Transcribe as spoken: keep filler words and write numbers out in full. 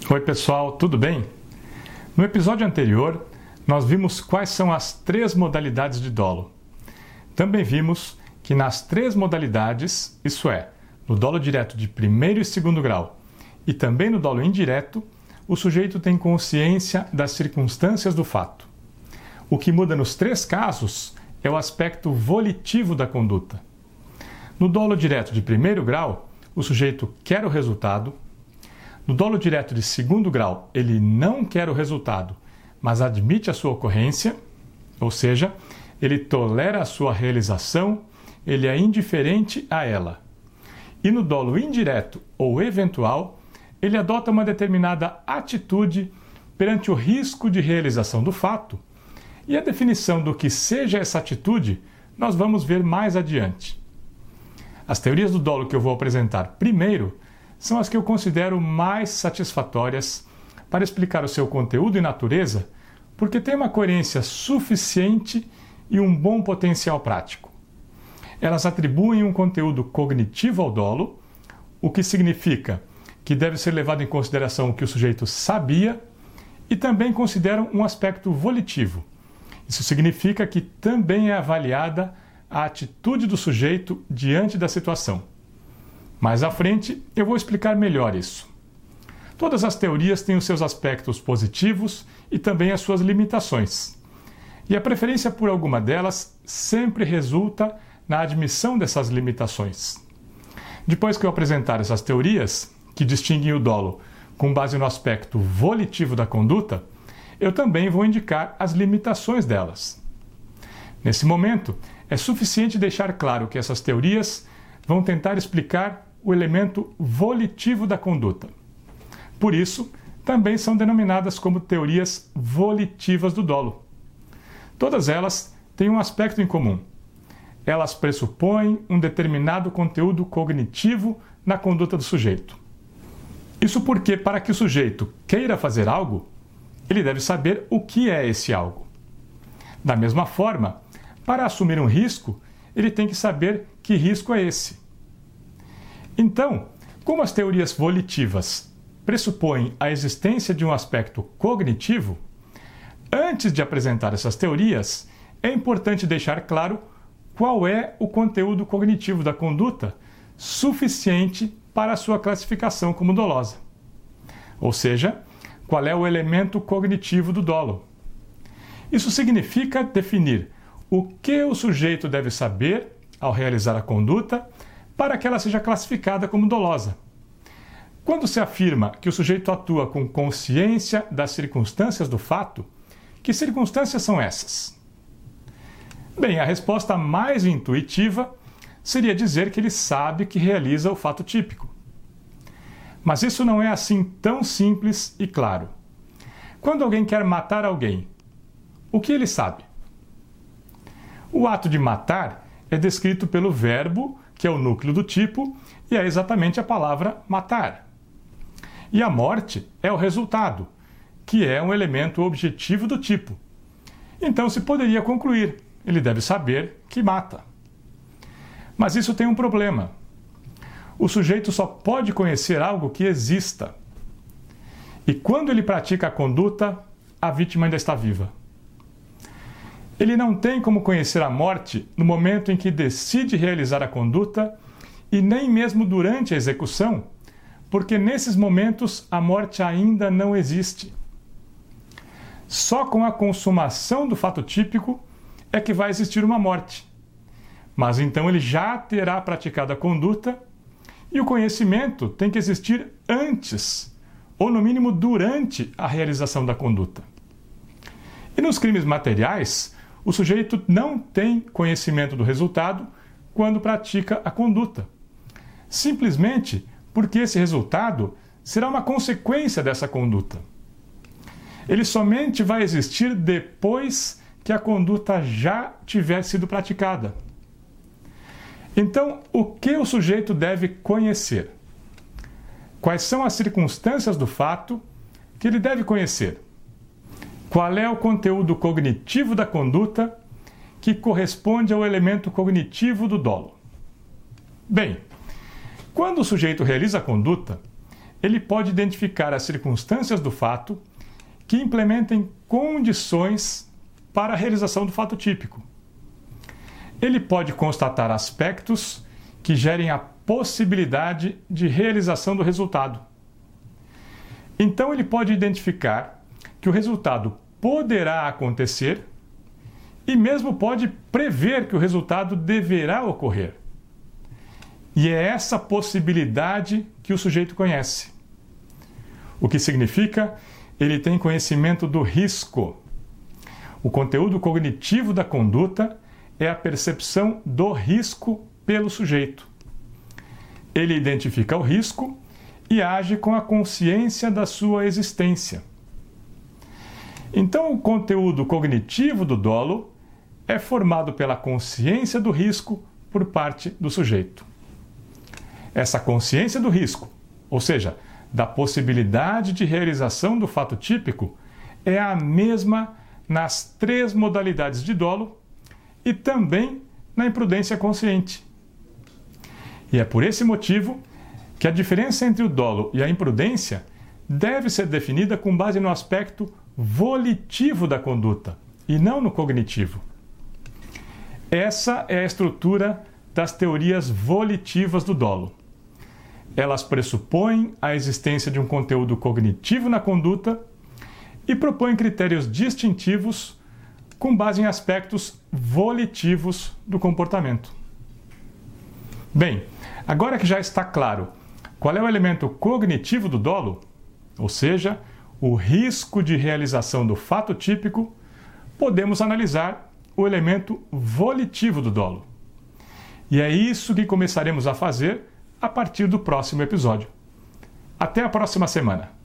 Oi pessoal, tudo bem? No episódio anterior, nós vimos quais são as três modalidades de dolo. Também vimos que nas três modalidades, isso é, no dolo direto de primeiro e segundo grau e também no dolo indireto, o sujeito tem consciência das circunstâncias do fato. O que muda nos três casos é o aspecto volitivo da conduta. No dolo direto de primeiro grau, o sujeito quer o resultado. No dolo direto de segundo grau, ele não quer o resultado, mas admite a sua ocorrência, ou seja, ele tolera a sua realização, ele é indiferente a ela. E no dolo indireto ou eventual, ele adota uma determinada atitude perante o risco de realização do fato, e a definição do que seja essa atitude nós vamos ver mais adiante. As teorias do dolo que eu vou apresentar primeiro são as que eu considero mais satisfatórias para explicar o seu conteúdo e natureza, porque tem uma coerência suficiente e um bom potencial prático. Elas atribuem um conteúdo cognitivo ao dolo, o que significa que deve ser levado em consideração o que o sujeito sabia, e também consideram um aspecto volitivo. Isso significa que também é avaliada a atitude do sujeito diante da situação. Mais à frente, eu vou explicar melhor isso. Todas as teorias têm os seus aspectos positivos e também as suas limitações. E a preferência por alguma delas sempre resulta na admissão dessas limitações. Depois que eu apresentar essas teorias, que distinguem o dolo com base no aspecto volitivo da conduta, eu também vou indicar as limitações delas. Nesse momento, é suficiente deixar claro que essas teorias vão tentar explicar o elemento volitivo da conduta. Por isso, também são denominadas como teorias volitivas do dolo. Todas elas têm um aspecto em comum. Elas pressupõem um determinado conteúdo cognitivo na conduta do sujeito. Isso porque, para que o sujeito queira fazer algo, ele deve saber o que é esse algo. Da mesma forma, para assumir um risco, ele tem que saber que risco é esse. Então, como as teorias volitivas pressupõem a existência de um aspecto cognitivo, antes de apresentar essas teorias, é importante deixar claro qual é o conteúdo cognitivo da conduta suficiente para a sua classificação como dolosa. Ou seja, qual é o elemento cognitivo do dolo. Isso significa definir o que o sujeito deve saber ao realizar a conduta para que ela seja classificada como dolosa. Quando se afirma que o sujeito atua com consciência das circunstâncias do fato, que circunstâncias são essas? Bem, a resposta mais intuitiva seria dizer que ele sabe que realiza o fato típico. Mas isso não é assim tão simples e claro. Quando alguém quer matar alguém, o que ele sabe? O ato de matar é descrito pelo verbo, que é o núcleo do tipo, e é exatamente a palavra matar. E a morte é o resultado, que é um elemento objetivo do tipo. Então se poderia concluir, ele deve saber que mata. Mas isso tem um problema. O sujeito só pode conhecer algo que exista. E quando ele pratica a conduta, a vítima ainda está viva. Ele não tem como conhecer a morte no momento em que decide realizar a conduta e nem mesmo durante a execução, porque nesses momentos a morte ainda não existe. Só com a consumação do fato típico é que vai existir uma morte. Mas então ele já terá praticado a conduta e o conhecimento tem que existir antes, ou no mínimo durante a realização da conduta. E nos crimes materiais, o sujeito não tem conhecimento do resultado quando pratica a conduta. Simplesmente porque esse resultado será uma consequência dessa conduta. Ele somente vai existir depois que a conduta já tiver sido praticada. Então, o que o sujeito deve conhecer? Quais são as circunstâncias do fato que ele deve conhecer? Qual é o conteúdo cognitivo da conduta que corresponde ao elemento cognitivo do dolo? Bem, quando o sujeito realiza a conduta, ele pode identificar as circunstâncias do fato que implementem condições para a realização do fato típico. Ele pode constatar aspectos que gerem a possibilidade de realização do resultado. Então, ele pode identificar que o resultado poderá acontecer e mesmo pode prever que o resultado deverá ocorrer. E é essa possibilidade que o sujeito conhece. O que significa ele tem conhecimento do risco. O conteúdo cognitivo da conduta é a percepção do risco pelo sujeito. Ele identifica o risco e age com a consciência da sua existência. Então, o conteúdo cognitivo do dolo é formado pela consciência do risco por parte do sujeito. Essa consciência do risco, ou seja, da possibilidade de realização do fato típico, é a mesma nas três modalidades de dolo e também na imprudência consciente. E é por esse motivo que a diferença entre o dolo e a imprudência deve ser definida com base no aspecto volitivo da conduta e não no cognitivo. Essa é a estrutura das teorias volitivas do dolo. Elas pressupõem a existência de um conteúdo cognitivo na conduta e propõem critérios distintivos com base em aspectos volitivos do comportamento. Bem, agora que já está claro qual é o elemento cognitivo do dolo, ou seja, o risco de realização do fato típico, podemos analisar o elemento volitivo do dolo. E é isso que começaremos a fazer a partir do próximo episódio. Até a próxima semana!